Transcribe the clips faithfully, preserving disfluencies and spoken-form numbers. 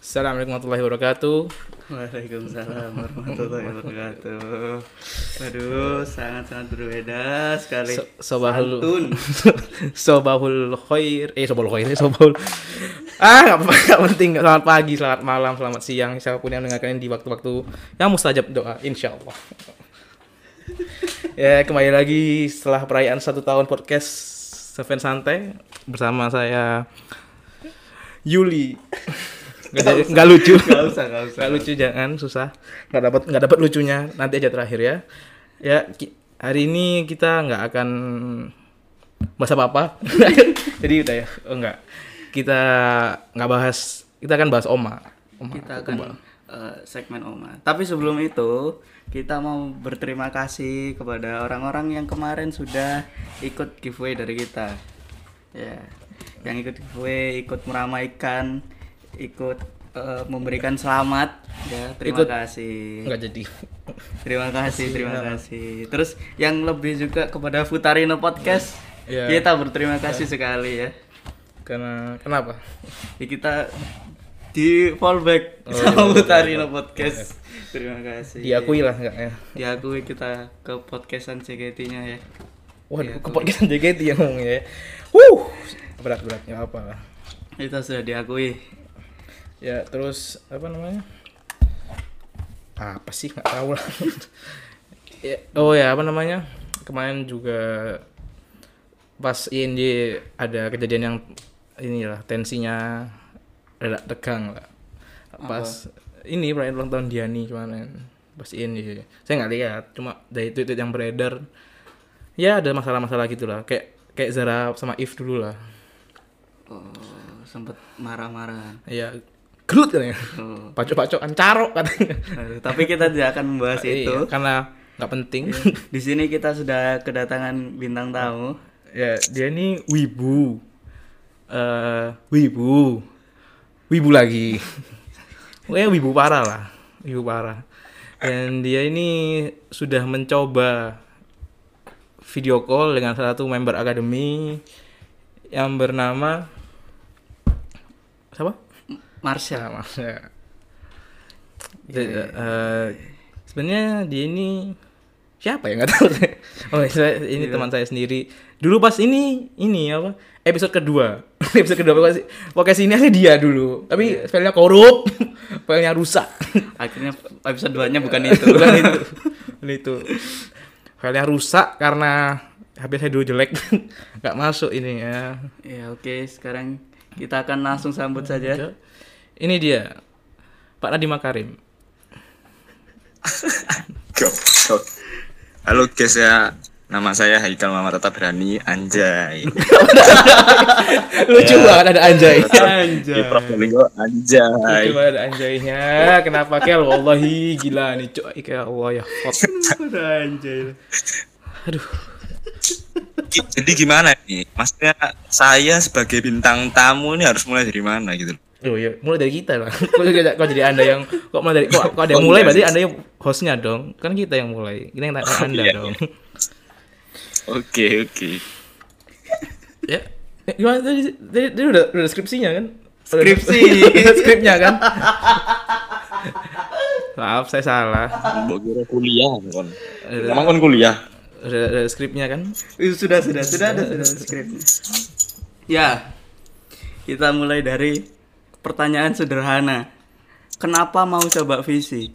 Assalamualaikum warahmatullahi wabarakatuh. Waalaikumsalam warahmatullahi wabarakatuh. Aduh, sangat-sangat berbeda sekali. So, sobahul Santun. sobahul khair, eh sobahul khair, sobahul. Ah, enggak enggak penting. Selamat pagi, selamat malam, selamat siang, siapapun yang mendengarkan di waktu-waktu yang mustajab doa, insyaallah. Ya, kembali lagi setelah perayaan satu tahun podcast Seven Santai bersama saya Yuli. Nggak, jadi, nggak lucu, nggak usah, nggak usah, nggak lucu, jangan susah, nggak dapat nggak dapat lucunya, nanti aja terakhir ya. Ya ki- hari ini kita nggak akan bahas apa apa, jadi udah ya, oh, nggak, kita nggak bahas, kita akan bahas Oma. Oma Kita akan uh, segmen Oma. Tapi sebelum itu kita mau berterima kasih kepada orang-orang yang kemarin sudah ikut giveaway dari kita. Ya, yang ikut giveaway, ikut meramaikan, ikut uh, memberikan selamat, ya terima Ikut- kasih. nggak jadi. Terima kasih, terima kasih. Terus yang lebih juga kepada Futarino Podcast, Ya. kita berterima kasih sekali ya. Karena kenapa? Ya, kita di fallback Oh, sama iya, Futarino Podcast. Terima kasih. Diakui lah nggak ya? Diakui kita ke podcastan C G T-nya ya. Waduh, Diakui. ke podcast J K T yang ngomongnya ya. Wuh, berat-berat nggak apa lah. Kita sudah diakui. Ya terus apa namanya? Apa sih nggak tahu lah. Ya, oh ya apa namanya? Kemarin juga pas I N J ada kejadian yang inilah tensinya rada tegang lah. Pas ini perayaan ulang tahun Diani kemarin pas I N J. Saya nggak lihat, cuma dari tweet-tweet yang beredar. Ya ada masalah-masalah gitulah. Kayak kayak Zara sama If dulu lah. Oh, sempet marah-marah. Ya gelut katanya. Oh. Pacok-pacokan carok katanya. Aduh, tapi kita tidak akan membahas itu. Iya, karena nggak penting. Di sini kita sudah kedatangan bintang tamu. Ya dia ini wibu, eh wibu, wibu lagi. Pokoknya wibu parah lah, wibu parah. Dan dia ini sudah mencoba video call dengan salah satu member akademi yang bernama siapa? Marsha. Ya, Mas. Ya. De- eh, sebenarnya dia ini siapa ya nggak tahu. Oh, saya, ini Iya. teman saya sendiri. Dulu pas ini ini apa? Episode kedua. Episode kedua pokoknya, pokoknya sini aja dia dulu. Tapi filenya korup, filenya rusak. Akhirnya episode dua-nya bukan itu. Bukan itu. Bukan itu. Filenya rusak karena H P saya dulu jelek. Nggak masuk ini ya. Ya oke, sekarang kita akan langsung sambut saja. Ini dia. Pak Nadiem Makarim. Go, go. Halo guys ya, nama saya Haikal Muhammad Tata Berani, anjay. Lucu banget ada anjay. Di Probolinggo, anjay. Lucu banget ada anjaynya. Kenapa Kel? Wallahi gila nih cuy. Kayak Allah ya. Hot. Udah anjay. Aduh. Jadi gimana nih? Maksudnya saya sebagai bintang tamu ini harus mulai dari mana gitu? Oh iya, mulai dari kita lah. Kok jadi, kok jadi Anda yang kok mulai dari kok, kok ada yang mulai berarti Anda yang hostnya dong. Kan kita yang mulai. Kita yang tanya Anda iya, dong. Oke, oke. Ya. Eh, Gimana tadi tadi tadi udah udah skripsinya kan? Udah- Skripsi. Udah skripnya kan? Maaf, saya salah. Mbok kira kuliah kon. Udah, Emang kon kuliah? udah, udah skripnya kan? Itu sudah sudah sudah ada sudah skrip. Ya. Kita mulai dari pertanyaan sederhana. Kenapa mau coba visi?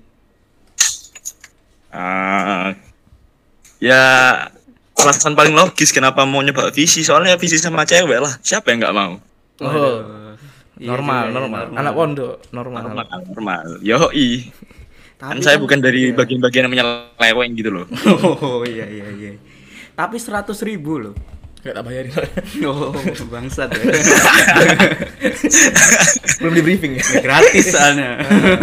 Ah, ya alasan paling logis kenapa mau nyoba visi, soalnya visi sama cewek lah. Siapa yang nggak mau? Oh. Iya Normal, juga ya, normal. Anak pondok, normal. Normal, normal. Yoi. Kan Tapi saya kan- bukan dari iya. bagian-bagian yang menyeleweng gitu loh. Oh iya iya iya. Tapi seratus ribu loh. Gak tak bayarin. Oh bangsat ya. Belum di briefing ya. Gratis soalnya.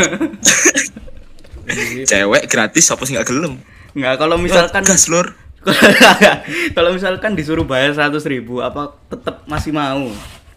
Cewek gratis, apa sih nggak gelem? Nggak, kalau misalkan gas lur. kalau misalkan disuruh bayar seratus ribu, apa tetap masih mau?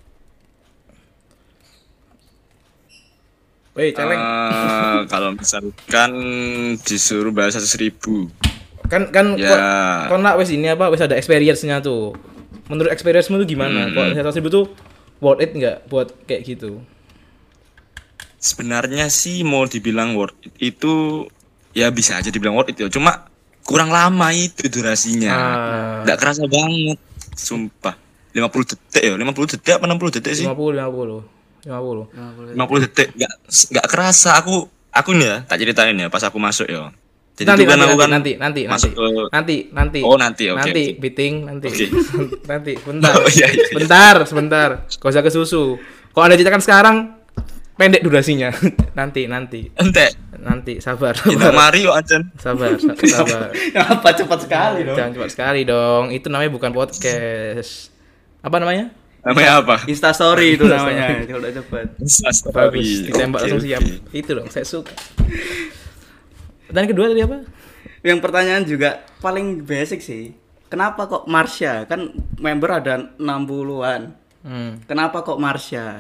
Woi, celeng. Eh, kalau misalkan disuruh bayar seratus ribu, Kan kan ya. kok kok nak wes ini apa wes ada experience-nya tuh. Menurut experience-mu tuh gimana? Hmm. Kok seratus ribu tuh worth it nggak buat kayak gitu? sebenarnya sih mau dibilang worth it itu ya bisa aja dibilang worth it ya. Cuma kurang lama itu durasinya. Ah. Nggak kerasa banget. Sumpah. lima puluh detik ya. lima puluh detik apa enam puluh detik sih? lima puluh lima puluh lima puluh lima puluh detik. Nggak nggak kerasa aku aku nih ya, tak ceritain ya pas aku masuk ya. Jadi nanti, itu kan nanti, aku kan nanti nanti masuk nanti ke nanti nanti Oh, nanti, oke, nanti oke. biting nanti Oke. nanti bentar Oh, iya, iya, iya. bentar sebentar gak usah ke susu kalau anda ceritakan sekarang pendek durasinya nanti nanti ente. nanti sabar Kita sabar mari yuk aja. sabar sa- sabar Apa cepat sekali dong? jangan cepat sekali dong itu namanya bukan podcast apa namanya Namanya apa? Insta story itu namanya. Kalau udah cepat. bagus ditembak Oke, langsung oke. siap itu dong saya suka dan kedua tadi apa Yang pertanyaan juga paling basic sih. Kenapa kok Marsha? Kan member ada enam puluhan. hmm. Kenapa kok Marsha?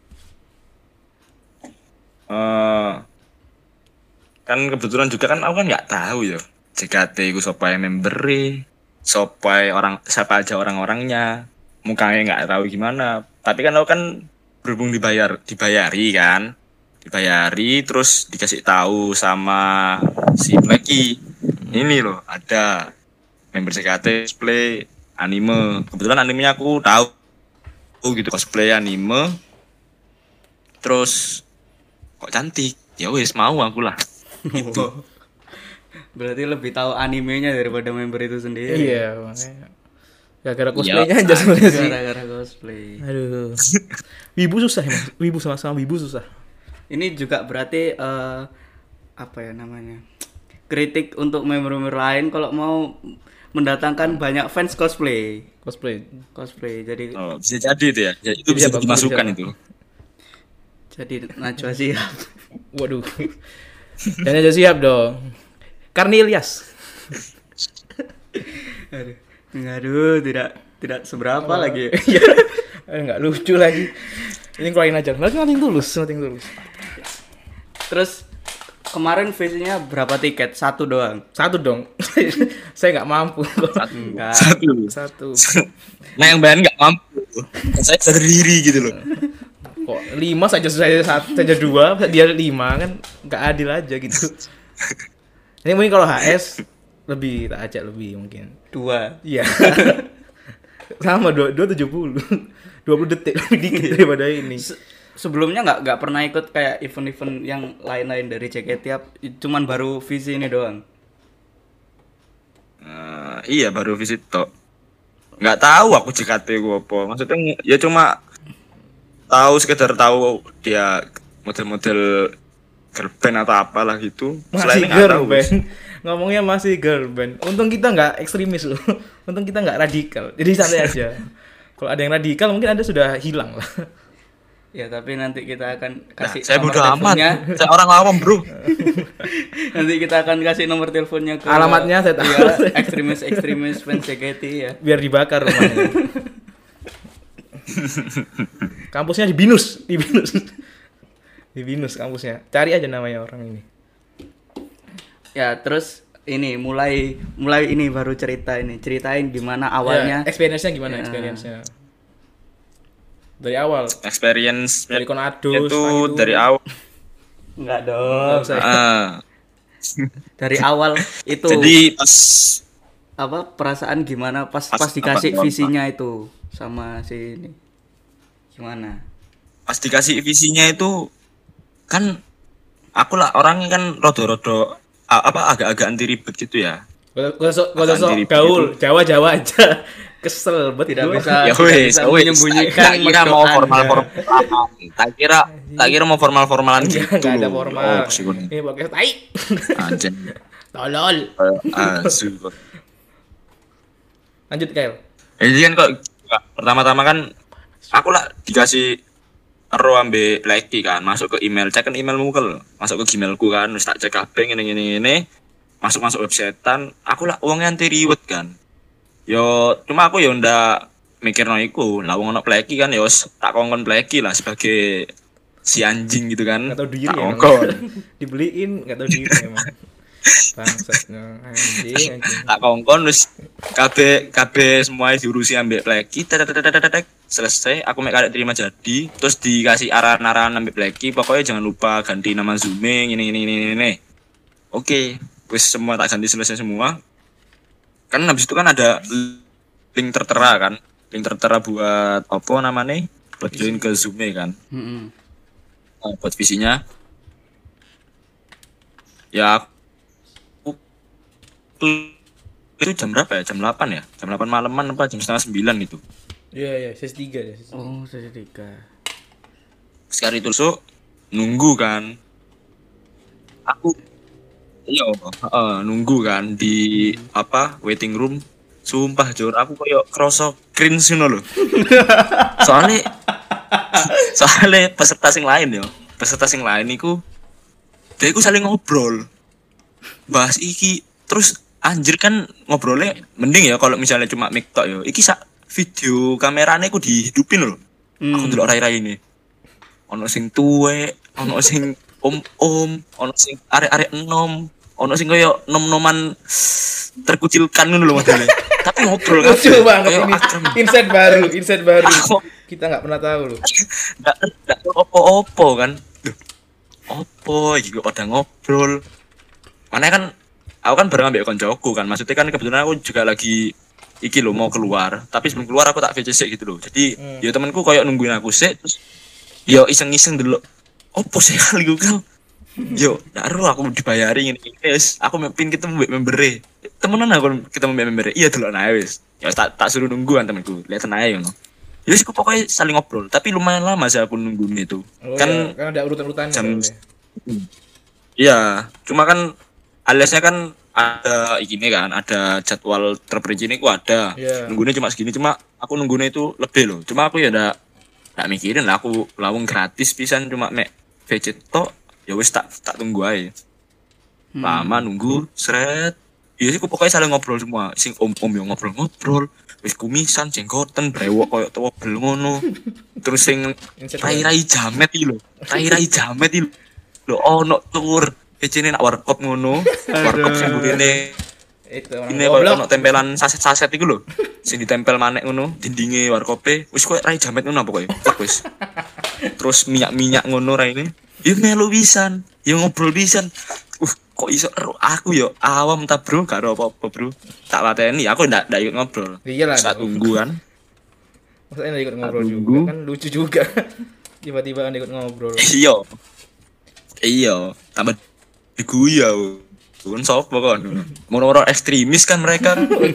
Eh, kan kebetulan juga kan aku kan nggak tahu ya J K T itu sopai memberi sopai orang siapa aja orang-orangnya mukanya nggak tahu gimana tapi kan aku kan berhubung dibayar dibayari kan dibayari terus dikasih tahu sama si Blacky ini loh ada member J K T cosplay anime kebetulan animenya aku tahu gitu cosplay anime terus kok cantik ya wes mau aku lah gitu. Berarti lebih tahu animenya daripada member itu sendiri. iya makanya gara-gara Iya, cosplaynya aja sebenarnya sih Gara-gara cosplay. aduh wibu susah ya mas wibu sama-sama wibu susah Ini juga berarti eh, apa ya namanya? Kritik untuk member-member lain kalau mau mendatangkan banyak fans cosplay. cosplay Cosplay. Jadi Oh, bisa jadi itu ya. Ya, itu Bisa, bisa bagus, dimasukkan bisa. itu. jadi Najwa siap. waduh dan aja siap dong Karnilias Aduh. Aduh, tidak tidak seberapa lagi. Iya. Eh, nggak lucu lagi. Ini keluarin aja. Nanti nanti tulus, nanti tulus. Terus kemarin visinya berapa tiket? Satu doang. Satu dong. Saya nggak mampu. Enggak. Satu. Satu. Nah, yang bayar nggak mampu. Saya bisa berdiri gitu loh. Kok lima saja saya satu saja dua, dia lima kan nggak adil aja gitu. Ini mungkin kalau H S lebih tak ajak lebih mungkin. Dua. Iya. Sama dua dua tujuh puluh. Dua puluh detik lebih dikit daripada ini. Se- Sebelumnya nggak nggak pernah ikut kayak event-event yang lain-lain dari J K T, cuman baru visi ini doang. Eh, iya baru visit tok. Nggak tahu aku J K T gue apa. Maksudnya ya cuma tahu sekedar tahu dia model-model girl band atau apalah gitu. Masih Selain nggak girl tahu. band. Ngomongnya masih girl band. Untung kita nggak ekstremis loh. Untung kita nggak radikal. Jadi santai aja. Kalau ada yang radikal mungkin Anda sudah hilang lah. Ya tapi nanti kita akan Nah, kasih saya nomor bodo amat. teleponnya. Saya orang awam, Bro. Nanti kita akan kasih nomor teleponnya ke Alamatnya saya tahu. Iya, ekstremis ekstremis fans J K T ya. Biar dibakar rumahnya. Kampusnya di Binus, di Binus. Di Binus kampusnya. Cari aja namanya orang ini. Ya terus ini mulai mulai ini baru cerita ini ceritain gimana Awalnya awalnya. experience-nya gimana Ya. experience-nya? Dari awal, Experience dari Konados itu Pak, dari awal. Enggak Nggak dong. usah. Ah, Dari awal itu jadi pas apa perasaan gimana pas Pas pas, dikasih apa, apa? visinya itu sama si ini. Gimana? pas dikasih visinya itu kan aku lah orangnya kan rodo-rodo a- apa agak-agak anti ribet gitu ya. Gak usah Akan sok diri- gaul, Jawa-Jawa aja. Kesel bet Tidak gua. bisa Ya tidak wes, bisa wes. menyembunyikan Tak kira mau medok formal Anda. formalan. Tak kira tak kira mau formal formalan Enggak, gitu. enggak ada loh. formal. Oh, psikologi. Ini pakai tai. Anjir. Tolol. Asu. Lanjut, Kail. Jadi kan kok pertama-tama kan aku lah dikasih ero ambe Blacky kan, masuk ke email, cek kan emailmu kan, masuk ke Gmailku kan, wis tak cek kabeh ngene ngene ngene. Masuk-masuk websitean, aku lah uangnya anti riwet kan. Yo cuma aku yo ndak mikirno iku, lah wong ono Blacky kan yo wis tak kongkon Blacky lah sebagai si anjing gitu kan. Enggak tahu diri Tak ya. kongkon. Dibeliin enggak tahu diri emang. Bangsatnya anjing anjing. Tak kongkon wis kabeh kabeh semua diurusi ambek pleki. Tetetetetetek selesai aku mek karek terima jadi terus dikasih arahan-arahan ambek pleki pokoknya jangan lupa ganti nama Zoom-nya ini ini ini ini. Oke, wis semua tak ganti selesai semua. Kan habis itu kan ada link tertera kan. Link tertera buat apa namanya? Buat join ke Zoom-nya kan. Mm-mm. Nah, buat visinya. Ya aku itu jam berapa ya? Jam delapan ya? Jam delapan malaman apa jam setengah sembilan gitu. Iya iya, sesi tiga deh. Sesi. Oh, sesi tiga. Sekali itu so nunggu kan. Aku iya heeh, nunggu kan di apa waiting room. Sumpah Jor, aku koyo kroso cringe ngono lho. Soalnya soalnya peserta sing lain yo. Peserta sing lain iku dia iku saling ngobrol. Bahas iki terus anjir kan ngobrolnya mending ya kalau misalnya cuma mic tok yo. Iki sak video kamerane ku dihidupin lho. Hmm. Aku ndelok rai-rai ini. Ono sing tuwek, ono sing om-om, ono sing arek-arek enom, ono sing koyo nom-noman terkucilkan ngono lho modele. Tapi ngobrol Lucu kabeh, banget koyo ini. akrem. Insight baru, insight baru. Aku- Kita nggak pernah tahu loh. Nggak nggak opo-opo kan. Duh, opo iki kok pada ngobrol. Mana kan aku kan bareng ambek koncoku kan. Maksudnya kan kebetulan aku juga lagi iki lho mau keluar. Tapi sebelum keluar aku tak V C sik gitu loh. Jadi Hmm. ya temanku koyo nungguin aku sik terus yo iseng-iseng dulu. Opo sih kali gue kan. Yo, daru aku dibayari ngene iki wis. Aku mepin kita mbek membere. Temenan aku kita mbek membere. Iya delok nae wis. Ya tak tak suruh nungguan temanku. Lihat nae ngono. Ya wis pokoknya saling ngobrol, tapi lumayan lama sih aku nungguin itu. Oh, kan iya, kan ada urutan-urutannya. jam- soalnya. iya, cuma kan aliasnya kan ada gini kan, ada jadwal terperinci ini ku ada. Iya. Nunggunya cuma segini, cuma aku nunggunya itu lebih loh. Cuma aku ya ndak ndak mikirin lah aku lawung gratis pisan cuma mek V C tok, ya wis tak tak tunggu aja. Lama nunggu, seret. Ya sih aku pokoknya saling ngobrol semua. Sing om-om yang ngobrol-ngobrol, wis kumisan, jenggoten, brewok koyo towel ngono. Terus sing Insight rai-rai jamet iki lho. Rai-rai jamet iki lho ono tur. Ecene nak warkop ngono. Warkop sing burine itu orang ini koyo goblok. ono tempelan saset-saset iku lho. Sing ditempel manek ngono, dindinge warkope. Wis koyo rai jamet ngono pokoke. Plek wis. Terus minyak-minyak ngono raine. Ya melu pisan, ya ngobrol pisan. Uh, kok iso ero aku yo awam ta bro, gak ada apa-apa bro. Tak lateni, aku ndak ndak ikut ngobrol. Iya lah. Saat tunggu kan. Maksudnya ikut ngobrol Tunggu. juga kan lucu juga. Tiba-tiba kan ikut ngobrol. Iya. Iya, tambah diguyau. Kun sapa kon? Moro-moro ekstremis kan mereka.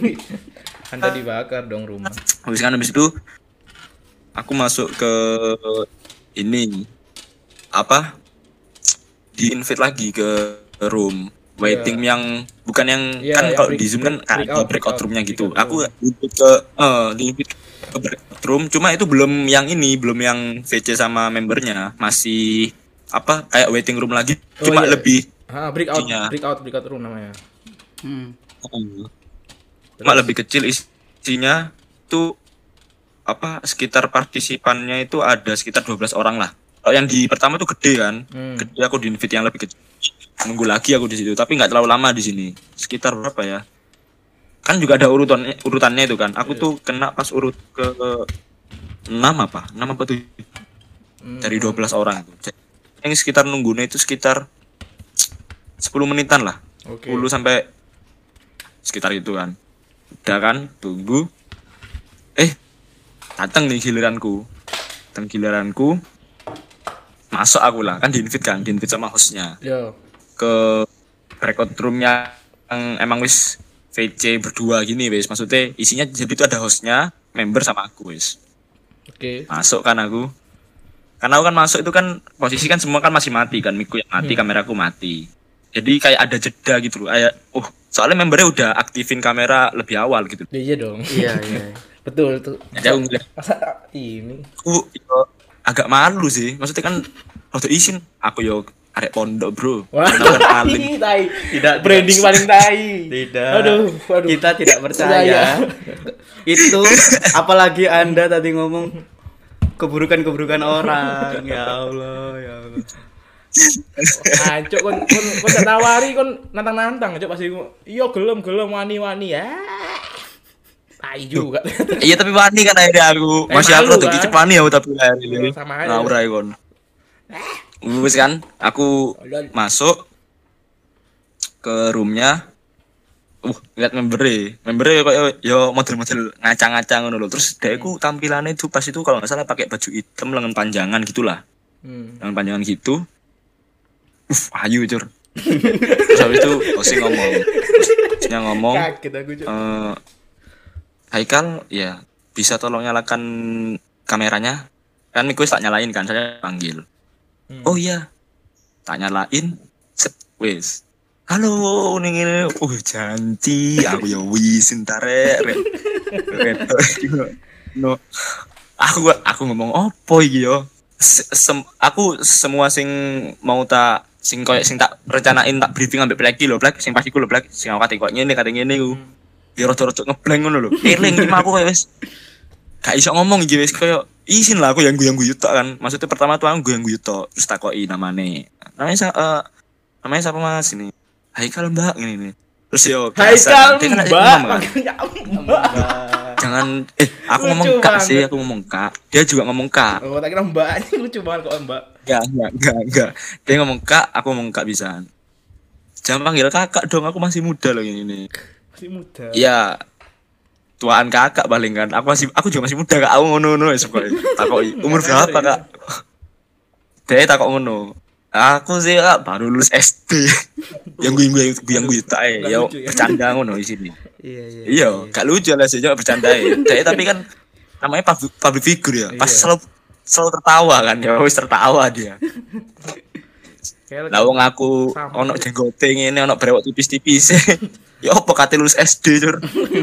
Anda dibakar dong rumah. Habis kan habis itu aku masuk ke ini apa? Di invite lagi ke room waiting yang bukan yang Iya, kan yang kalau break- di Zoom kan break- ada breakout, breakout breakout, roomnya gitu. breakout Aku room. invite ke eh di invite ke breakout room, cuma itu belum yang ini, belum yang V C sama membernya, masih apa kayak waiting room lagi, Oh, cuma iya. lebih Ah, breakout, Isinya. breakout, breakout room namanya. Hmm. cuma lebih kecil isinya tuh apa sekitar partisipannya itu ada sekitar dua belas orang lah. Kalau yang di pertama tuh gede kan, Hmm. gede aku di invite yang lebih kecil. Nunggu lagi aku di situ, tapi nggak terlalu lama di sini. Sekitar berapa ya? Kan juga ada urutannya, urutannya itu kan. Aku tuh kena pas urut ke enam apa? enam apa tuh? Hmm. Dari dua belas orang itu. Jadi, yang sekitar nunggunya itu sekitar sepuluh menitan lah. Oke. sepuluh sampai sekitar itu kan. Udah kan, tunggu. Eh, datang nih giliranku. Datang giliranku. Masuk aku lah, kan di-invite kan, di-invite sama hostnya Yo. ke breakout roomnya yang emang wis V C berdua gini wis. Maksudnya isinya jadi itu ada hostnya, member sama aku wis. Oke. Masuk kan aku. Karena aku kan masuk itu kan posisi kan semua kan masih mati kan, mic-ku yang mati, kameraku mati. Jadi kayak ada jeda gitu loh. Kayak oh, soalnya membernya udah aktifin kamera lebih awal gitu. Ya, iya dong. Iya, iya. Betul tuh. Jadi aku ngeliat, Masa ini? aku yo agak malu sih. Maksudnya kan waktu izin aku yo arek pondok, Bro. Wah, Kenalan alim. tai. Tidak, Branding paling tai. Tidak. Aduh, aduh. Kita tidak percaya. Itu apalagi Anda tadi ngomong keburukan-keburukan orang. Ya Allah, ya Allah. Ancuk kon kon kon tak tawari kon nantang-nantang cuk pasti iya gelem-gelem wani-wani ya. Tai juga. Iya tapi wani kan akhirnya aku. Eh, Masih aku malu, rada kan? kicep wani aku tapi akhirnya. Sama aja. Ngawur ae kon. Wis kan aku masuk ke roomnya. Uh, lihat member-e. Member-e kok yo model-model ngacang-ngacang ngono lho. Terus dia iku tampilannya itu pas itu kalau enggak salah pakai baju hitam lengan panjangan gitulah. Hmm. Lengan panjangan gitu. Uf, ayu cur. Terus habis itu Osi ngomong. Osnya ngomong. Kaget aku cuk. Eh Haikal, ya bisa tolong nyalakan kameranya? Kan Miko tak nyalain kan, saya panggil. Hmm. Oh iya, tak nyalain. Set, wes. Halo, ning ngene. Oh, janji. Aku ya wis entar rek. Rek. No. Aku aku ngomong opo iki yo? Se- sem- aku semua sing mau tak sing koyo sing tak rencanain tak briefing ambek Blacky lho, Black sing pas iku lho, Black sing aku kate kok ngene kate ngene ku. Ya rada-rada ngeblank ngono lho. Eling iki mah aku koyo wis gak iso ngomong iki wis koyo isin lah aku yang guyu-guyu tok kan. Maksudnya pertama tuh aku guyu-guyu tok, terus takoki namane. Namanya sa- eh, namanya siapa Mas ini? Haikal Mbak ngene ini. Terus yo Haikal dia kan Mbak, ngomong kan. makanya Mbak. Jangan eh aku Lucu ngomong Kak banget. sih, aku ngomong Kak. Dia juga ngomong Kak. Oh, tak kira Mbak ini lucu banget kok Mbak. Enggak, enggak, enggak, enggak. Dia ngomong Kak, aku ngomong Kak bisa. Jangan panggil kakak dong, aku masih muda loh ini. ini. Masih muda. Iya. Tuaan kakak paling kan. Aku masih aku juga masih muda Kak. Aku ngono-ngono wis pokoke. Takoki umur berapa Kak? Dia takok ngono. Aku sih Kak baru lulus S D. Yang gue gue yang gue tak eh Nggak yo lucu ya? bercanda ngono di sini. Iya, iya. Iya, gak lucu lah sih cuma bercanda ya. Dia tapi kan namanya public, public figure ya. Pas Iya. selalu selalu tertawa kan. Ya wis tertawa dia. Kayak Lah wong aku Sama. ono jenggote ngene ono brewok tipis-tipis. Ya opo kate lulus S D, Cur.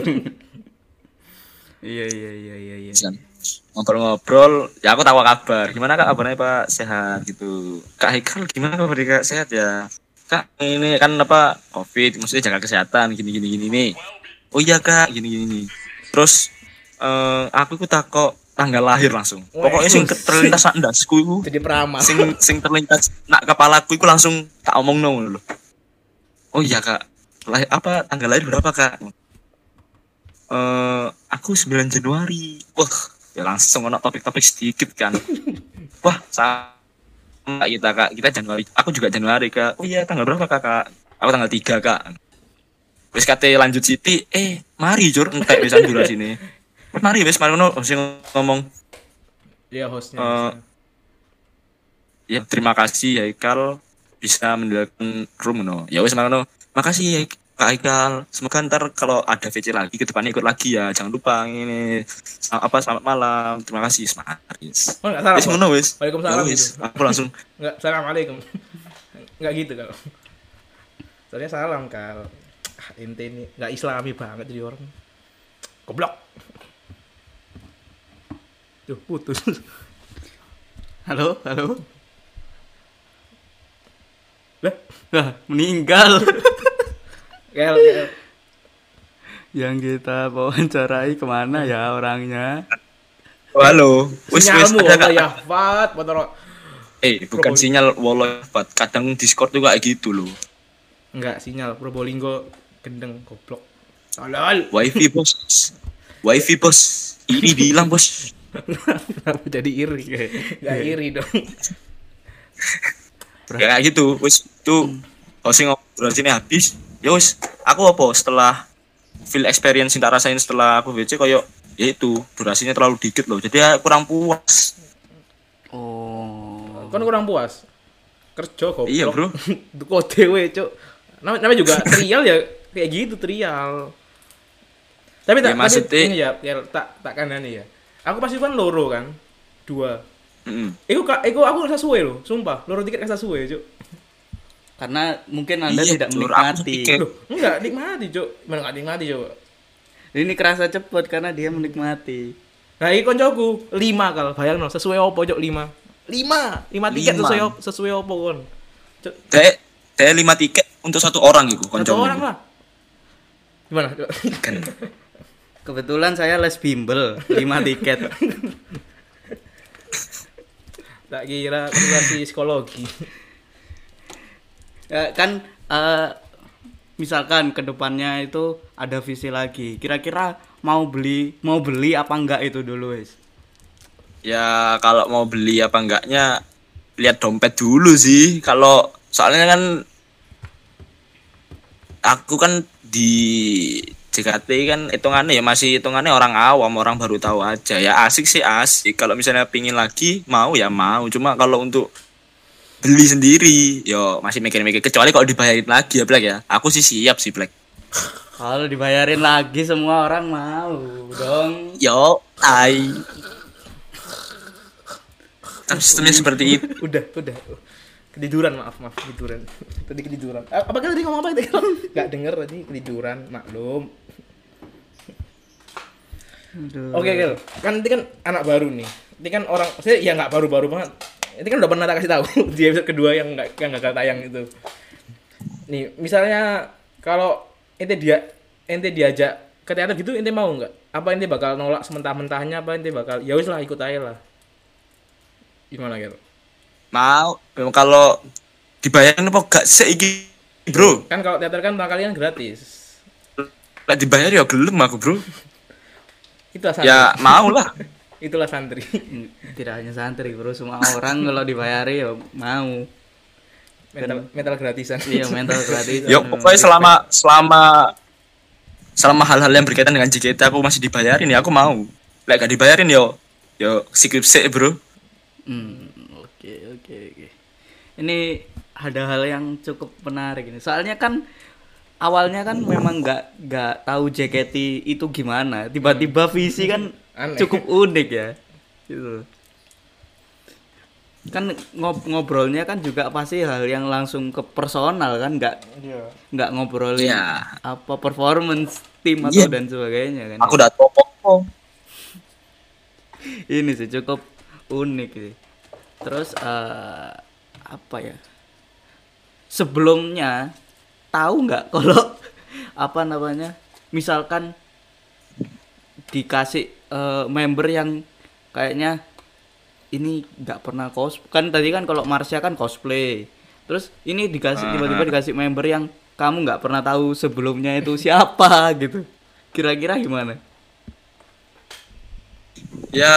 Iya, iya, iya, iya, iya. Kan ngobrol-ngobrol, ya aku tahu kabar. Gimana Kak kabarnya Pak? Sehat gitu. Kak Haikal gimana kabar Kak? Sehat ya. Kak ini kan apa Covid, maksudnya jaga kesehatan gini gini gini nih. Oh iya Kak, gini gini nih. Terus eh aku ku takok tanggal lahir langsung. Pokoknya sing terlintas nak ndasku iku Jadi peramal. sing sing terlintas nak kepalaku iku langsung tak omongno ngono lho. Oh iya Kak. Lahir apa tanggal lahir berapa Kak? Eh aku sembilan Januari. Wah, ya langsung ono topik-topik sedikit kan. Wah, sama kita Kak. Kita Januari. Aku juga Januari Kak. Oh iya, tanggal berapa Kak? Aku tanggal tiga Kak. Wis kate lanjut Siti, eh mari Jur entek bisa dulu sini. Mari wis mari ngono sing ngomong Iya, hostnya. Eh, ya terima kasih Haikal bisa meninggalkan room no. Ya wis ngono. Makasih ya Kak Haikal. Semoga ntar kalau ada V C lagi ke depannya ikut lagi ya. Jangan lupa ini Sel- apa selamat malam. Terima kasih semangat. Wis. Oh, enggak salah. Wis Pak. ngono wis. Waalaikumsalam Ya wis. gitu. Aku langsung Enggak, assalamualaikum. Enggak gitu kalau. Soalnya salam kal. Ah, ente ini enggak islami banget jadi orang. Goblok. Tuh, putus. Halo, halo. Lah, Wah, meninggal. kel, kel. Yang kita wawancarai kemana ya orangnya? oh, halo. Wis wis Sinyalmu ada Allah Kak. ya, Fat, motor. Eh, bukan sinyal wallpaper. Kadang Discord tuh kayak gitu loh. Enggak, sinyal Probolinggo gendeng goblok. Tolol. Wifi bos. Wifi bos. Ini bilang bos. Kenapa jadi iri? Enggak iri dong. Ya kayak gitu. Wis tuh hosting ngobrol sini habis. Ya wis, aku apa setelah feel experience yang tak rasain setelah aku V C koyo ya itu durasinya terlalu dikit loh. Jadi ya kurang puas. Oh. Kan kurang puas. Kerja goblok. Iya, Bro. Kok dewe, Cuk. Namanya namanya juga trial ya kayak gitu trial. Tapi tak Ya, maksudnya- tapi ini ya, ya tak tak kanane ya. Aku pasti kan loro kan. Dua. Heeh. Iku kak, iku aku rasa suwe loh, sumpah. Loro tiket rasa suwe, Cuk. Karena mungkin Anda Iya, tidak Cur, aku menikmati. pikir- Loh, enggak nikmati, Cuk. Mana enggak nikmati, Cuk. Ini kerasa cepet karena dia menikmati. Nah, iki koncoku lima kal, bayangno sesuai opo, Cuk, lima. Lima, lima tiket Lima. sesuai op- sesuai opo kon. Cuk, Teh teh lima tiket untuk satu orang gitu satu koncomu. orang lah. Gimana, Cuk? Kan. Kebetulan saya les bimbel lima tiket. Tak kira konsultasi psikologi. Ya, kan eh, misalkan kedepannya itu ada visi lagi. Kira-kira mau beli mau beli apa enggak itu dulu wes. Ya kalau mau beli apa enggaknya lihat dompet dulu sih. Kalau soalnya kan aku kan di J K T kan hitungannya ya masih hitungannya orang awam, orang baru tahu aja. Ya asik sih asik. Kalau misalnya pingin lagi mau ya mau. Cuma kalau untuk beli sendiri, yo masih mikir-mikir. Kecuali kalau dibayarin lagi ya Black ya. Aku sih siap sih Black. Kalau dibayarin lagi semua orang mau dong. Yo, ai. Kan sistemnya seperti itu. Udah, udah. Ketiduran, maaf, maaf, ketiduran. Tadi ketiduran. A- Apa tadi ngomong apa tadi? Enggak denger tadi ketiduran, maklum. Aduh. Oke, Kel. Kan ini kan anak baru nih. Ini kan orang, saya ya nggak baru-baru banget. Ini kan udah pernah tak kasih tahu di episode kedua yang nggak yang nggak tayang itu. Nih, misalnya kalau ente dia ente diajak ke teater gitu, ente mau nggak? Apa ente bakal nolak sementah-mentahnya? Apa ente bakal ya wis lah ikut aja lah. Gimana Kel? Mau kalau dibayarin apa gak seiki, Bro? Kan kalau teater kan kalian gratis. Lah dibayar ya gelem aku, Bro. Itulah santri. Ya mau lah. Itulah santri. Tidak hanya santri bro, semua orang kalau dibayari ya mau. Mental mental gratisan. Iya mental gratis. Yo pokoknya selama selama selama hal-hal yang berkaitan dengan J K T aku masih dibayarin ya aku mau. Lek gak dibayarin yo yo skripsi, Bro. Hmm, oke oke oke. Ini ada hal yang cukup menarik ini. Soalnya kan awalnya kan memang nggak nggak tahu J K T itu gimana. Tiba-tiba visi kan Aneh. cukup unik ya. Gitu. Kan ngob- ngobrolnya kan juga pasti hal yang langsung ke personal kan, nggak Iya. nggak ngobrolin Iya. apa performance tim atau Iya. dan sebagainya kan. Aku udah topok. Ini sih cukup unik sih. Terus eh, apa ya? Sebelumnya tahu nggak kalau apa namanya? Misalkan dikasih eh, member yang kayaknya ini nggak pernah cos kan tadi kan kalau Marsha kan cosplay. Terus ini dikasih tiba-tiba dikasih member yang kamu nggak pernah tahu sebelumnya itu siapa gitu. Kira-kira gimana? Ya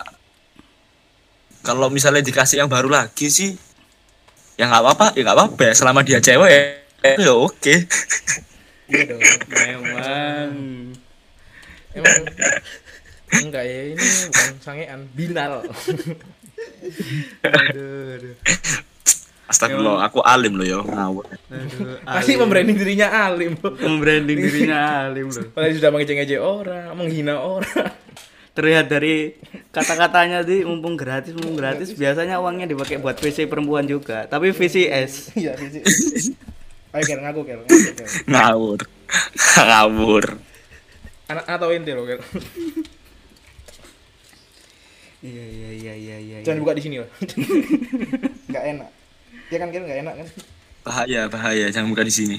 kalau misalnya dikasih yang baru lagi sih ya nggak apa-apa, ya nggak apa-apa ya. Selama dia cewek ya, ya oke. Iya dong. Memang Emang enggak ya, ini bukan sangean, binal. aduh, aduh. Astagfirullah, aku alim loh yo, ngawur. Aduh, Masih membranding dirinya alim. membranding dirinya alim loh. Padahal sudah mengejek-ngejek orang, menghina orang. Terlihat dari kata-katanya sih mumpung gratis, mumpung gratis biasanya uangnya dipakai buat V C perempuan juga, tapi V C S. Iya, sih. Ayo Kel, ngaku Kel, ngaku Kel. Ngawur. Ngawur. Anak atau ente lo Kel. Iya iya iya iya iya. Jangan buka di sini lah. Enggak enak. Ya kan Kel, enggak enak kan? Bahaya, bahaya, jangan buka di sini.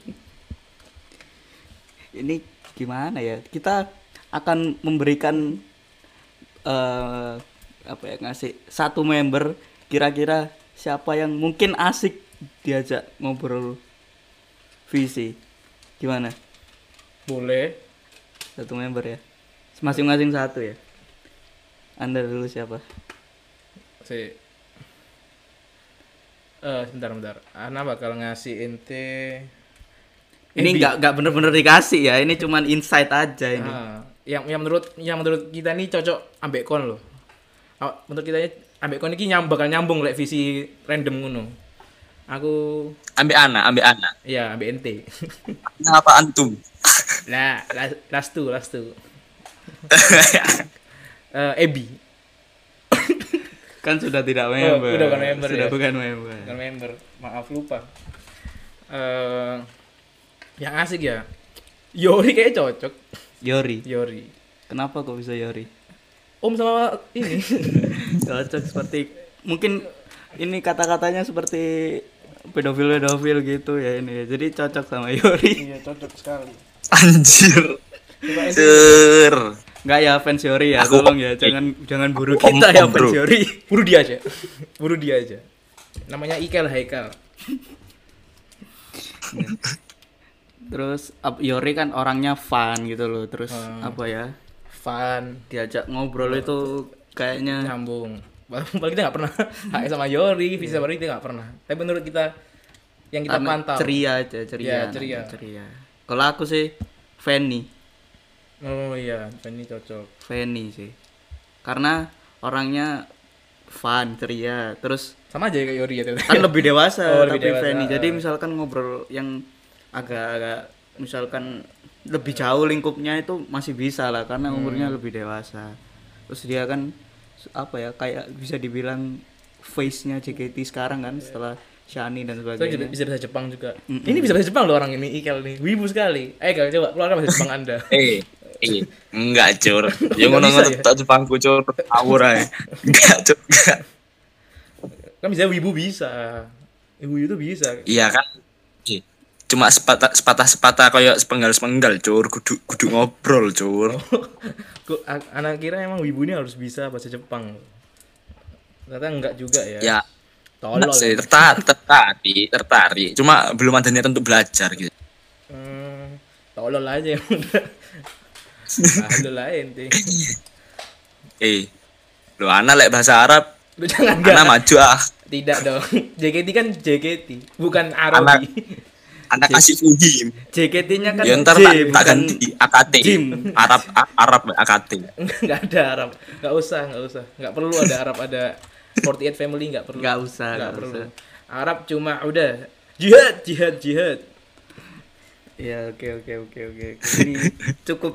Ini gimana ya? Kita akan memberikan eh apa ya ngasih satu member kira-kira siapa yang mungkin asik diajak ngobrol visi. Gimana? Boleh. Satu member ya. Masing-masing satu ya. Anda dulu siapa? Si Eh, sebentar, bentar. Ana bakal ngasih ente Ini nggak nggak bener-bener dikasih ya. Ini cuman insight aja ini. Ah, yang yang menurut yang menurut kita nih cocok ambek kon loh. Ah, menurut kita ambek kon iki nyam bakal nyambung lek visi random ngono. Aku Ambil anak, ambil anak. ya ambek ente. Apa antum? Lah, last, last two, last two. Eh, Ebi. Kan sudah tidak member. udah bukan member Sudah ya? bukan member. Bukan member. Maaf lupa. Eh yang asik ya. Yori kayak cocok. Yori. Yori. Kenapa kok bisa Yori? Om sama ini. Cocok seperti mungkin ini kata-katanya seperti pedofil-pedofil gitu ya ini. Jadi cocok sama Yori. Iya, cocok sekali. Anjir. Coba ente Ter. Enggak ya fans Yori ya, Aku- tolong ya jangan jangan buru Om- kita ya om, fans bro. Yori. buru dia aja. Buru dia aja. Namanya Ikel Haikal. Terus ap- Yori kan orangnya fun gitu loh. Terus Hmm. apa ya? Fun, Diajak ngobrol itu kayaknya nyambung. Padahal kita nggak pernah H S sama Yori, Visa baru kita nggak pernah. Tapi menurut kita yang kita karena pantau. ceria aja, ceria. Ya, ceria. ceria. Kalau aku sih Fanny, Oh iya, ini cocok. Fanny sih. Karena orangnya fun, ceria. Terus Sama aja kayak Yori ya. kan lebih dewasa Oh, lebih tapi dewasa. Fanny. Jadi misalkan ngobrol yang agak-agak misalkan lebih jauh lingkupnya itu masih bisa lah karena umurnya Hmm. lebih dewasa. Terus dia kan apa ya kayak bisa dibilang face-nya J K T sekarang kan setelah Shani dan So, sebagainya. bisa bahasa Jepang juga. Mm-mm. Ini bisa bahasa Jepang loh orang ini, Ikel nih. Wibu sekali. Eh, kalau coba keluarkan bahasa Jepang Anda. Eh, eh, enggak cur. Ya Nggak ngono bisa ngono ya? tak Jepangku cur. Awur ae. Enggak cur. enggak. Kan bisa Wibu bisa. Wibu itu bisa. Iya kan. Eh, Cuma sepatah sepatah sepatah kayak sepenggal sepenggal cur. Kudu kudu ngobrol cur. Kok a- anak kira emang Wibu ini harus bisa bahasa Jepang. Ternyata enggak juga ya. Ya. Tolol. Enggak sih, tertarik, tertarik, tertarik. Cuma belum ada niat untuk belajar gitu. Hmm, tolol aja yang udah. Tolol lain sih. Eh, lo anak lek bahasa Arab, Lu jangan anak enggak. maju ah. Tidak dong. J K T kan J K T, bukan Anak Arabi. anak kasih fuhim. J K T-nya kan Ya ntar J, tak, tak bukan ganti A K T. Jim. Arab A- Arab A K T. Enggak ada Arab. Enggak usah, enggak usah. Enggak perlu ada Arab, ada forty-eight family enggak perlu. Nggak usah, Enggak nggak perlu. usah. Arab cuma udah jihad, jihad, jihad. Ya oke oke oke oke. Ini cukup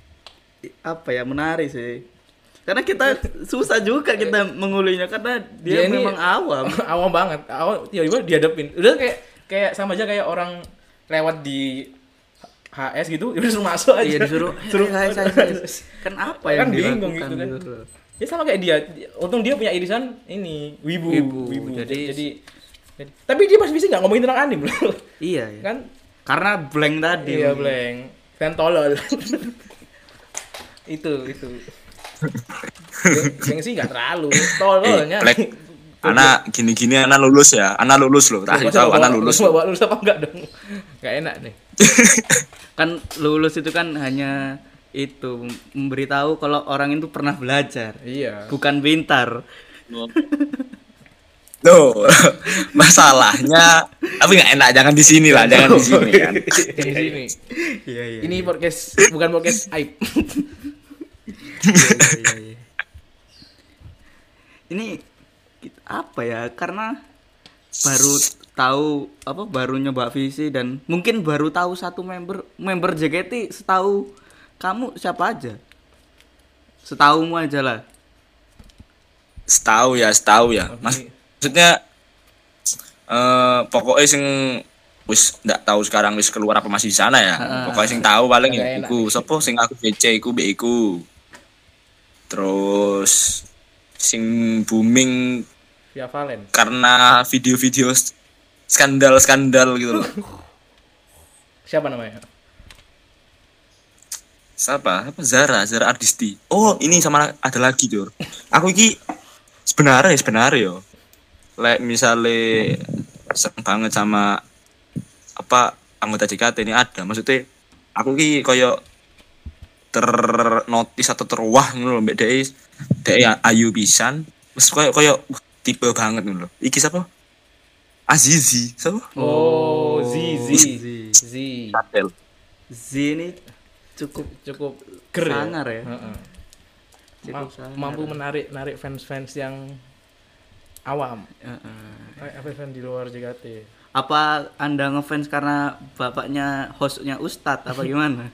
apa ya menarik sih. Karena kita susah juga kita mengulinya karena dia, Dia ini- memang awam. Awam banget. Awam tiba-tiba dihadapin. Udah kayak kayak sama aja kayak orang lewat di H S gitu, ya udah suruh masuk aja. Iya disuruh. Suruh "Hai, hai, hai, hai." Kan apa yang Kan bingung dilakukan gitu kan. gitu loh. Ya sama kayak dia. Untung dia punya irisan ini wibu. Wibu. Jadi- jadi, jadi tapi dia masih bisa nggak ngomongin tentang anim loh. Iya ya. Kan Karena blank tadi. iya blank. Kan tolol. itu itu. Yang sih nggak terlalu tololnya. Eh, Black. Anak gini-gini anak lulus ya. Anak lulus loh. Tak Masa tahu bawa- anak lulus. masa bawa lulus apa enggak dong? Enggak enak nih. Kan lulus itu kan hanya itu memberitahu kalau orang itu pernah belajar, Iya. bukan pintar. Loh, masalahnya tapi nggak enak jangan di sini lah, jangan di sini kan. Di sini. Iya iya. Ini podcast bukan podcast aib. Iya, iya, iya. Ini kita- apa ya? Karena baru tahu apa baru nyoba visi dan mungkin baru tahu satu member member J K T setahu kamu siapa aja? Setahumu aja lah. Setahu ya, setahu ya. Mas, maksudnya eh pokoknya sing wis ndak tahu sekarang wis keluar apa masih di sana ya. Pokoknya sing tahu paling Nggak ya enak. iku. Sopo sing aku B C iku B iku. Terus sing booming Via Valen. karena video-video s- skandal-skandal gitu loh. Siapa namanya? Siapa? Apa Zara, Zara Ardisti. Oh, ini sama ada lagi, Jor. Aku iki sebenarnya sebenarnya yo. Lek misale seneng banget sama apa anggota J K T ini ada. Maksudnya aku ki koyo ternotis atau terwah ngono lho mbek dhek dhek ayu pisan. Wis koyo koyo uh, tipe banget ngono lho. Iki siapa? Azizi, siapa? Oh, Z Z Z. Z. Katel. Z ini cukup Cukup ger ya. sangar ya. Heeh. Cukup Ma- sangar. mampu menarik narik fans-fans yang awam. Heeh. Eh, Apa fans di luar J K T? Apa Anda ngefans karena bapaknya hostnya Ustadz apa gimana?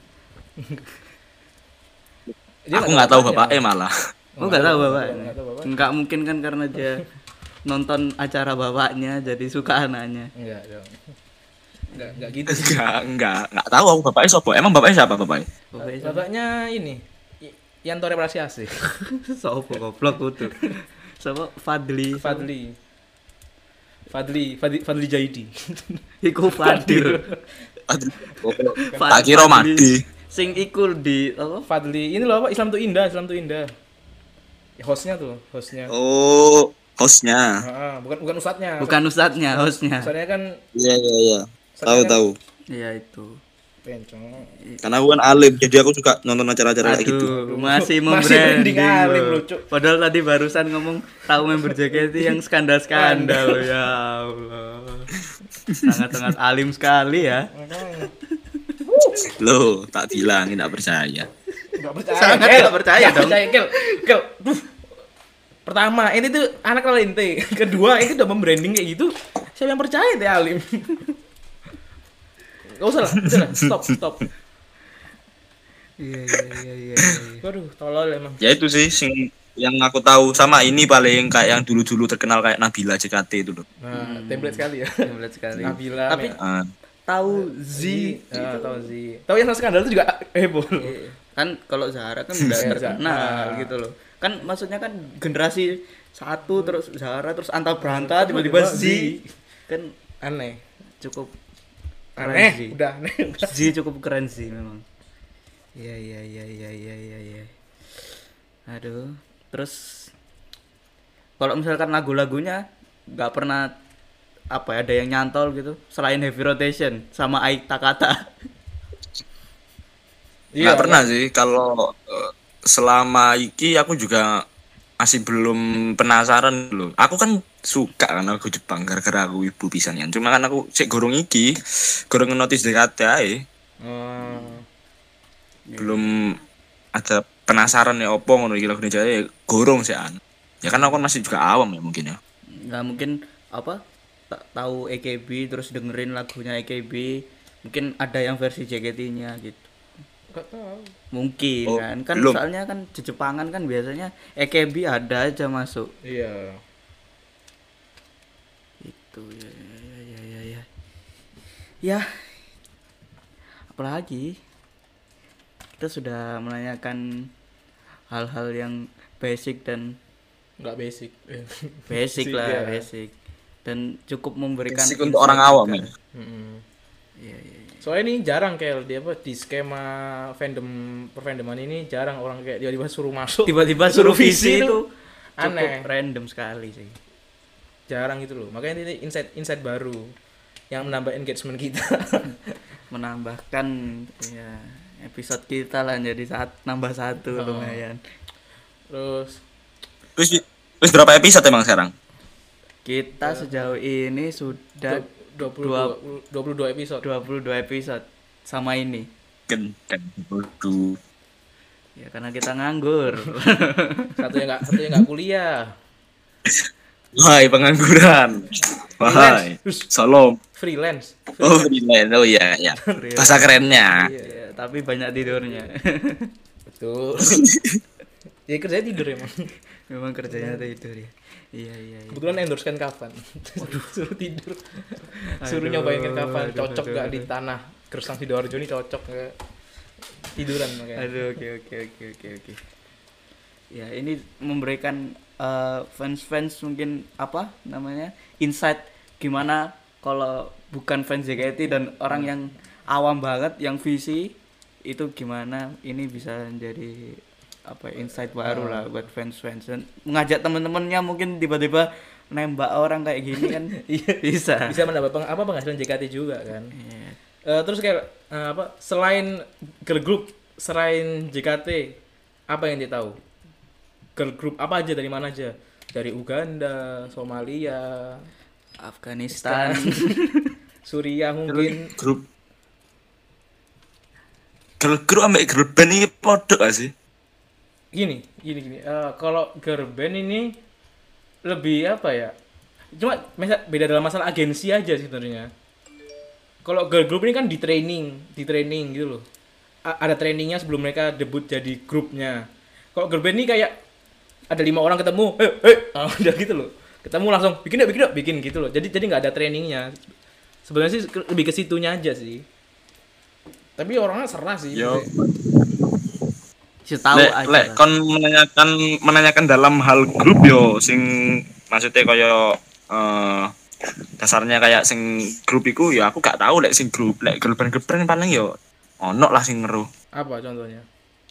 Dia Aku nggak tahu bapaknya malah. Oh nggak tahu bapak. Nggak tahu bapak. Nggak mungkin kan karena dia nonton acara bapaknya jadi suka anaknya. Enggak dong. Enggak enggak gitu sih. Enggak, enggak, enggak tahu aku bapaknya siapa. Emang bapaknya siapa bapaknya? Bapaknya Bapaknya ini I- Yanto Reparasi Asih. sopo goblok kudu. Sopo Fadli. Fadli. Fadli, Fadli, Fadli Jaidi. Iku Fadil. Aduh, Fa- tak kira Fadli. Madi. Sing iku di apa? Fadli, ini loh apa? Islam tuh indah, Islam tuh indah. Hostnya tuh, hostnya. Oh, hostnya. Ah, bukan bukan ustadznya. Bukan ustadznya, hostnya. Ustadznya kan Iya, iya, iya. Tahu tahu. Iya itu. Bencong. Karena aku kan alim, jadi aku suka nonton acara-acara kayak gitu. Aduh, masih Masih membranding branding alim, loh. lucu. Padahal tadi barusan ngomong tahu member J K T yang skandal-skandal ya Allah. Sangat-sangat alim sekali ya. Makanya. Loh, tak bilang tidak percaya. Enggak percaya. Sangat Kel. nggak percaya Nggak dong. Percaya, Kel. Kel. Duh. Pertama, ini tuh anak lalente. Kedua, ini udah membranding kayak gitu. Siapa yang percaya teh alim? Gak usah lah, udah lah, stop, stop. Iya iya iya iya. iya. Waduh, tolol emang. Ya itu sih sing yang aku tahu sama ini paling kayak yang dulu-dulu terkenal kayak Nabila J K T itu loh. Nah, template sekali ya. Template sekali. Nabila. Tapi Mel. Ah, tahu Z Ah, tahu sih. Tahu yang skandal itu juga heboh. loh. kan kalau Zahara kan udah Iya, terkenal Zahara. gitu loh. Kan maksudnya kan generasi satu terus Zahara terus Anta Branta tiba-tiba Z kan Aneh. cukup keren Aneh, sih. udah aneh. udah. Z cukup keren sih memang. Iya iya iya iya iya iya iya. Aduh, terus kalau misalkan lagu-lagunya nggak pernah apa ya ada yang nyantol gitu selain Heavy Rotation sama Aik Takata. nggak pernah sih kalau eh, selama iki aku juga masih belum penasaran loh. Aku kan suka kan lagu Jepang gara-gara aku ibu pisan kan. Cuma kan aku cek gorong iki, gorong notis J K T ae. Oh. Belum ada penasaran ya opo ngono iki lagu Jaya gorong sih an. Ya kan aku kan masih juga awam ya mungkin ya. Nggak mungkin apa tak tahu A K B terus dengerin lagunya A K B mungkin ada yang versi J K T-nya gitu. Gak tahu. Mungkin Oh, kan kan belum. soalnya kan di Jepangan kan biasanya A K B ada aja masuk Iya. itu ya ya ya ya ya ya apalagi kita sudah menanyakan hal-hal yang basic dan Enggak basic. basic lah ya. basic dan cukup memberikan Basic untuk insight orang awam juga. ya. Mm-mm. Iya iya iya. Soalnya ini jarang kayak dia apa di skema fandom perfandoman ini jarang orang kayak tiba-tiba suruh masuk. Tiba-tiba suruh visi itu cukup aneh. random sekali sih. Jarang gitu loh. Makanya ini insight insight baru yang menambah engagement kita. Menambahkan ya episode kita lah jadi saat nambah satu Oh. lumayan. Terus Terus terus berapa episode emang sekarang? Kita sejauh ini sudah dua puluh dua, dua puluh dua episode. dua puluh dua episode sama ini. Gendeng bodoh. Ya karena kita nganggur. Satu yang enggak satu yang enggak kuliah. Wahai pengangguran. Wahai. Salam. Freelance. Oh, freelance. Oh iya ya. Bahasa kerennya. Iya, tapi banyak tidurnya. Betul. Ya kerjanya tidur emang. Memang kerjanya tidur ya. Iya iya iya. Kebetulan endorse kan kapan. Suruh tidur. Suruh Aduh, nyobain kan kapan. aduh, Cocok aduh, gak di aduh. tanah Gersang Sidoarjo ini cocok gak tiduran makanya. Aduh, oke oke oke oke oke. Ya, ini memberikan eh, fans-fans mungkin apa namanya? Insight gimana kalau bukan fans J K T dan orang yang awam banget yang visi itu gimana ini bisa menjadi apa ya, insight baru lah buat fans-fans dan mengajak teman-temannya mungkin tiba-tiba nembak orang kayak gini kan bisa. Bisa mendapat peng, apa penghasilan J K T juga kan. Iya. Eh, terus kayak eh, apa selain girl group selain J K T apa yang dia tahu? Girl group apa aja dari mana aja? Dari Uganda, Somalia, Afghanistan. Suriah mungkin. Grup Girl group ambek girl band ini podok gak sih? Gini, gini gini. Eh, kalau girl band ini lebih apa ya? Cuma mesa- beda dalam masalah agensi aja sih sebenarnya. Kalau girl group ini kan di training, di training gitu loh. A- ada trainingnya sebelum mereka debut jadi grupnya. Kalau girl band ini kayak ada lima orang ketemu, eh, eh, ah, udah gitu loh. Ketemu langsung bikin deh, bikin deh, bikin gitu loh. Jadi jadi nggak ada trainingnya. Sebenarnya sih ke- lebih ke situnya aja sih. Tapi orangnya serah sih. Yo. Tahu Lek aja lek lah. kon menanyakan menanyakan dalam hal grup yo sing maksudnya kaya eh dasarnya kayak sing grup iku ya aku gak tahu lek sing grup lek girl band girl band paling yo ono lah sing ngeru. Apa contohnya?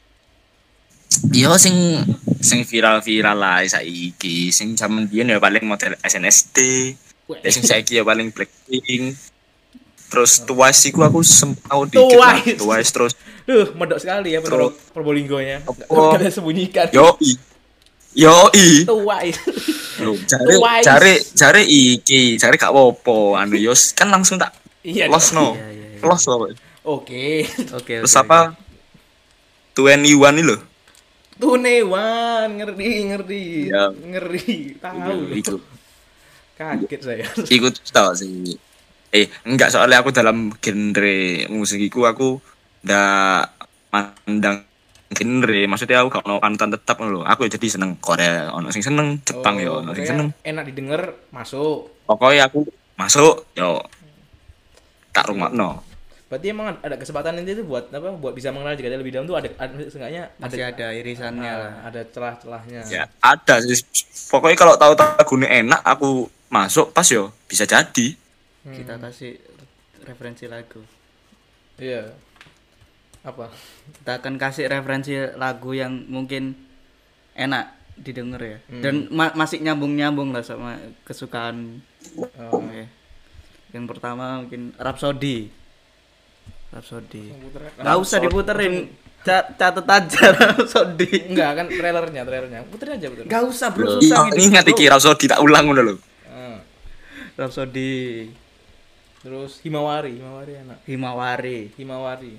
Yo sing sing viral-viral lah saiki sing zaman biyen ya paling model S N S D. Weh. Lek sing saiki ya paling Blackpink. Terus Twice iku aku sem aku dikit lah. Twice. Twice terus Duh, medok sekali ya Terus- Pro- Probolinggonya. Oh. Enggak ada sembunyikan. yoi. Yoi. Twice. Lho, cari Twice. cari cari iki, cari gak apa-apa. Anu yos kan langsung tak Iya. los no. Iya, iya, iya. Los apa? Oke. Oke, Terus oke, apa? Twenty one ini loh. Tunewan, ngerti, ngerti. Ya. Ngeri. Tahu. Iku. Kaget saya. Ikut tau sih. Eh, enggak soalnya aku dalam genre musik iku aku ndak mandang genre. Maksudnya aku gak ono panutan tetap ngono lho. Aku ya jadi seneng Korea, ono sing seneng Jepang ya, ono sing pokoknya seneng. enak didengar, masuk. Pokoknya aku masuk yo tak rungokno. Berarti emang ada kesempatan nanti itu buat apa? Buat bisa mengenal jika lebih dalam tuh ada, ada seenggaknya Masih ada irisannya lah. ah, ada celah-celahnya. Ya, ada sih. Pokoknya kalau tahu lagune enak aku masuk pas yo bisa jadi. Hmm. Kita kasih referensi lagu. Iya. Apa? Kita akan kasih referensi lagu yang mungkin enak didengar ya. Hmm. Dan ma- masih nyambung-nyambung lah sama kesukaan. Oh. Oke. Yang pertama mungkin Rhapsody. Rhapsody. Puter- Nggak usah diputerin. Ca- catet aja Rhapsody. Enggak kan trailernya, trailernya. Puter aja, puter. Nggak usah bro, Ih, susah ini. ingat iki Rhapsody tak ulang ngono lho. Ah. Rhapsody. Terus Himawari, Himawari enak. Himawari Himawari.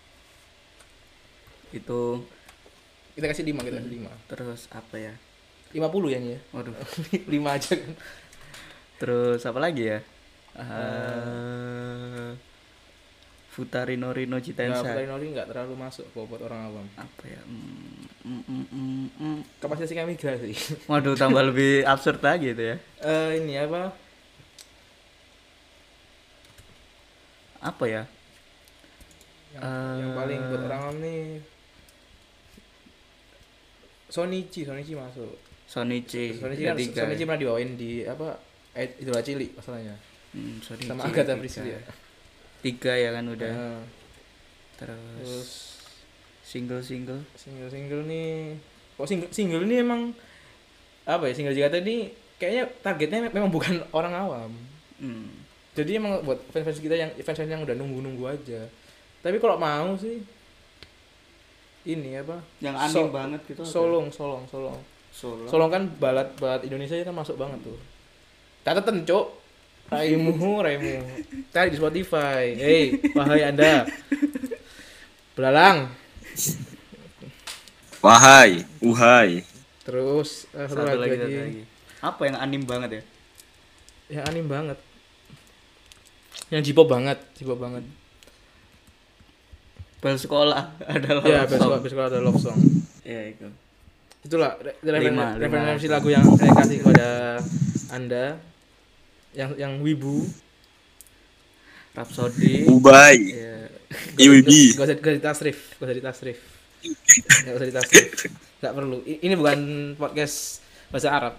itu. Kita kasih lima, kita kasih lima. Terus apa ya? lima puluh ya nih ya. Waduh. lima aja kan. Terus apa lagi ya? Uh, Futarino Rino Nah, Jitensa. Futarino enggak terlalu masuk kok buat orang awam. Apa ya? Mm, mm, mm, mm, mm. Kapasitas kami migrasi. Waduh, tambah lebih absurd lagi itu ya. Eh ini apa? Apa ya? Yang, yang paling buat orang awam nih Sonichi, Sonichi masuk. Sonichi. Sonichi ada kan tiga Sonichi ya. pernah dibawain di apa? Eh, Idola Cilik masalahnya. Hmm, Sonichi Sama Agatha tiga. Priscilla. Ya. Tiga ya kan udah. Nah, Terus terus single-single. single-single nih. Kok single single ini emang apa ya? Single Jakarta ini kayaknya targetnya memang bukan orang awam. Hmm. Jadi emang buat fans-fans kita yang fans-fans yang udah nunggu-nunggu aja. Tapi kalau mau sih ini apa? Yang aneh So- banget gitu. apa? Solong, solong, solong. Solo. Solong kan balat balat Indonesia kan masuk banget tuh. Catatan, Cuk. Raimu, Raimu. Cari di Spotify. Hei, wahai Anda. Belalang. Wahai, uhai. Terus eh, Satu, satu, lagi, lagi, satu lagi. Apa yang anim banget ya? Yang anim banget. Yang J-pop banget, J-pop banget. Bel sekolah adalah Ya, love song. besok besok ada love song. Iya itu. Itulah re- referen- Lima, lima. referensi lagu yang saya kasih kepada Anda yang yang wibu. Rhapsody. Ubay. Iya. Iwibi. Gak usah gak usah ditasrif, gak usah ditasrif. Gak usah ditasrif. Gak perlu. I- Ini bukan podcast bahasa Arab.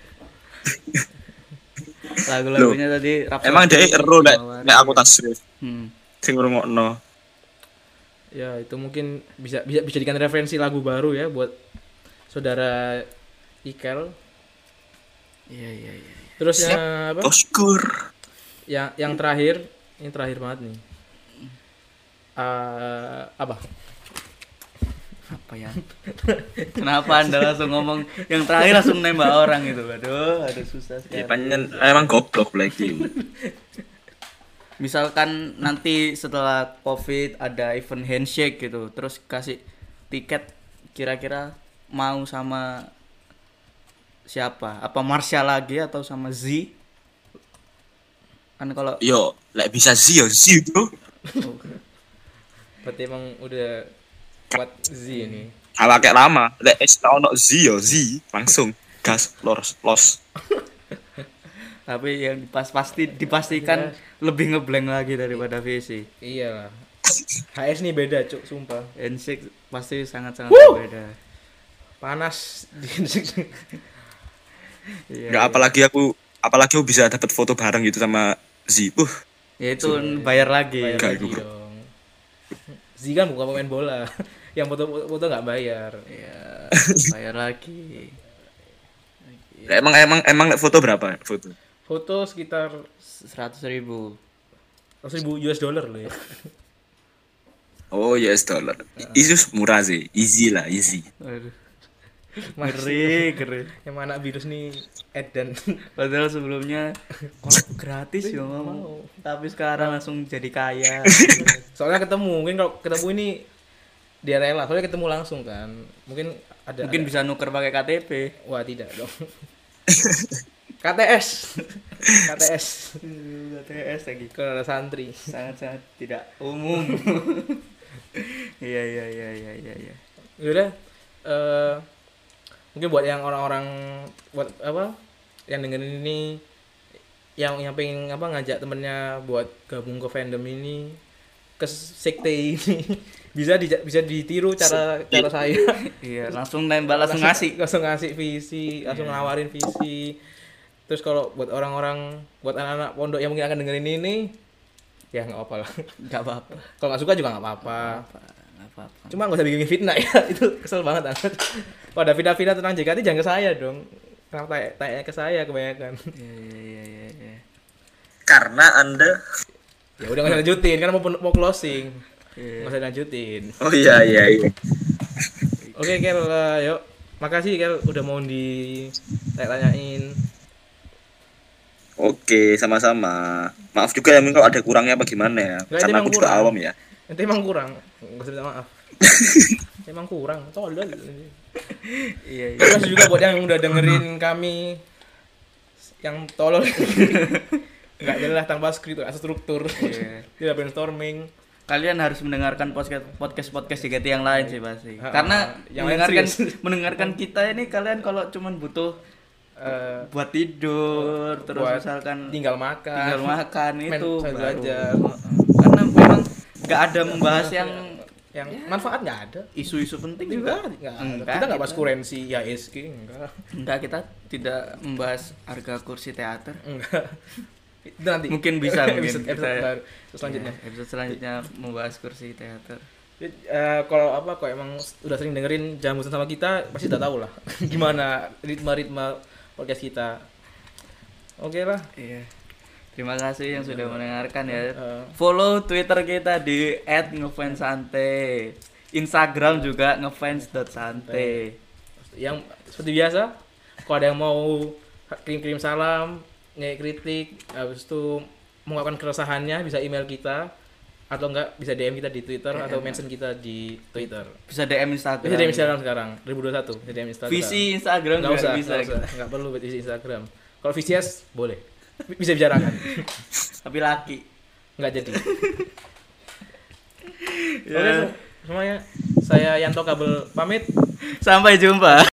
Lagu-lagunya tadi Rhapsody. Emang dia ero nek Mawar. nek aku tasrif. Hmm. Sing ngrungokno. Ya, itu mungkin bisa bisa bisa dijadikan referensi lagu baru ya buat saudara Ikel. Iya iya iya. Terus Siap. yang apa? Toskur. Yang yang terakhir, ini terakhir banget nih. Eh, apa? Apa ya? Kenapa Anda langsung ngomong yang terakhir langsung nembak orang gitu? Aduh, aduh susah sekali. Ya panjen emang goblok lagi. Misalkan nanti setelah Covid ada event handshake gitu, terus kasih tiket, kira-kira mau sama siapa? Apa Marsha lagi atau sama Z? Kan kalau Yo, lek bisa sih yo sih bro. Berarti emang udah kuat Z ini. Ala kayak lama, lek es tau ono Z yo Z langsung gas los los. tapi yang pas pasti dipastikan lebih ngeblank lagi daripada V C. Iyalah. H S nih beda, Cuk, sumpah. handshake pasti sangat-sangat Wuh! berbeda. Panas di Iya. Enggak apalagi aku apalagi aku bisa dapat foto bareng gitu sama Z. Uh, Ya itu bayar lagi. bayar Enggak, lagi gua- dong. Z kan bukan pemain bola. Yang foto-foto nggak bayar. Ya, bayar lagi. lek emang emang emang lek foto berapa foto? Foto sekitar Seratus ribu. seribu U S dollar loh ya. Oh, U S dollar. Itu murah sih, easy lah, easy. Waduh. Masih. Ngeri, ngeri. Yang mana virus nih edan. Padahal sebelumnya kok gratis ya ngomong. Tapi sekarang langsung jadi kaya. Soalnya ketemu, mungkin kalau ketemu ini dia rela, soalnya ketemu langsung kan. Mungkin ada Mungkin ada- bisa nuker pakai K T P. Wah, tidak dong. K T S. K T S. K T S lagi. Kalau ada santri. Sangat-sangat tidak umum. Iya iya iya iya iya iya. Yaudah, eh mungkin buat yang orang-orang buat apa yang dengerin ini yang yang pengen apa ngajak temennya buat gabung ke fandom ini ke sekte ini bisa di, bisa ditiru cara cara saya Iya, langsung nembak langsung ngasih. langsung ngasih visi langsung Iya. nawarin visi. Terus kalau buat orang-orang buat anak-anak pondok yang mungkin akan dengerin ini ya nggak apa-apa lah. Enggak apa-apa. Kalau nggak suka juga nggak apa-apa. Enggak apa-apa. Cuma nggak usah bikin fitnah ya, itu kesel banget banget. Kalau ada fitnah-fitnah tentang J K T jangan ke saya dong. Kenapa tanya, tanya ke saya kebanyakan? Iya iya iya iya iya. Karena Anda Ya udah nggak usah lanjutin, kan mau mau closing. Iya. Nggak usah lanjutin. Oh iya iya iya. Oke Kel, eh, yuk. Makasih Kel udah mau di tanyain. Oke, sama-sama. Maaf juga ya mungkin kalau ada kurangnya apa gimana ya. Nggak, Karena emang aku juga kurang. awam ya. Nanti emang kurang. Nggak usah minta maaf. Emang kurang, tolol. Iya iya. Terus juga buat yang udah dengerin kami yang tolol. Nggak jelas tanpa skrip atau struktur. Iya. Tidak brainstorming. Kalian harus mendengarkan podcast podcast podcast J K T yang lain sih pasti. Ha, Karena yang lain mendengarkan serius. mendengarkan kita ini kalian kalau cuman butuh Eh, buat tidur terus buat misalkan tinggal makan, tinggal makan main itu sambil baru. belajar. Karena memang nggak ada membahas yang Yang manfaat nggak ada. isu-isu penting Enggak, juga enggak. Enggak, Kita nggak bahas kita- kurensi ya S K, enggak. enggak, kita tidak membahas harga kursi teater. Enggak. Itu nanti Mungkin bisa mungkin episode, episode kita- baru. Terus selanjutnya. Ya, episode selanjutnya membahas kursi teater. Jadi, eh, kalau apa kalau emang udah sering dengerin Jangan Bosan sama kita pasti udah tahu lah gimana ritme-ritme podcast kita. Oke lah. Iya. Terima kasih yang sudah mendengarkan ya. Eh, Follow Twitter kita di et ngefanssante. Instagram juga ngefans.sante. yang seperti biasa kalau ada yang mau kirim-kirim salam, nge kritik, habis itu mengungkapkan keresahannya bisa email kita atau enggak bisa D M kita di Twitter D M. atau mention kita di Twitter. Bisa D M Instagram. Bisa D M Instagram sekarang dua ribu dua puluh satu, bisa D M Instagram. Visi Instagram Enggak juga usah, bisa. enggak usah, enggak perlu visi Instagram. Kalau V C S boleh. Bisa bicarakan. Tapi laki. Enggak jadi. Ya. Oke, semuanya. Saya Yanto Kabel pamit. Sampai jumpa.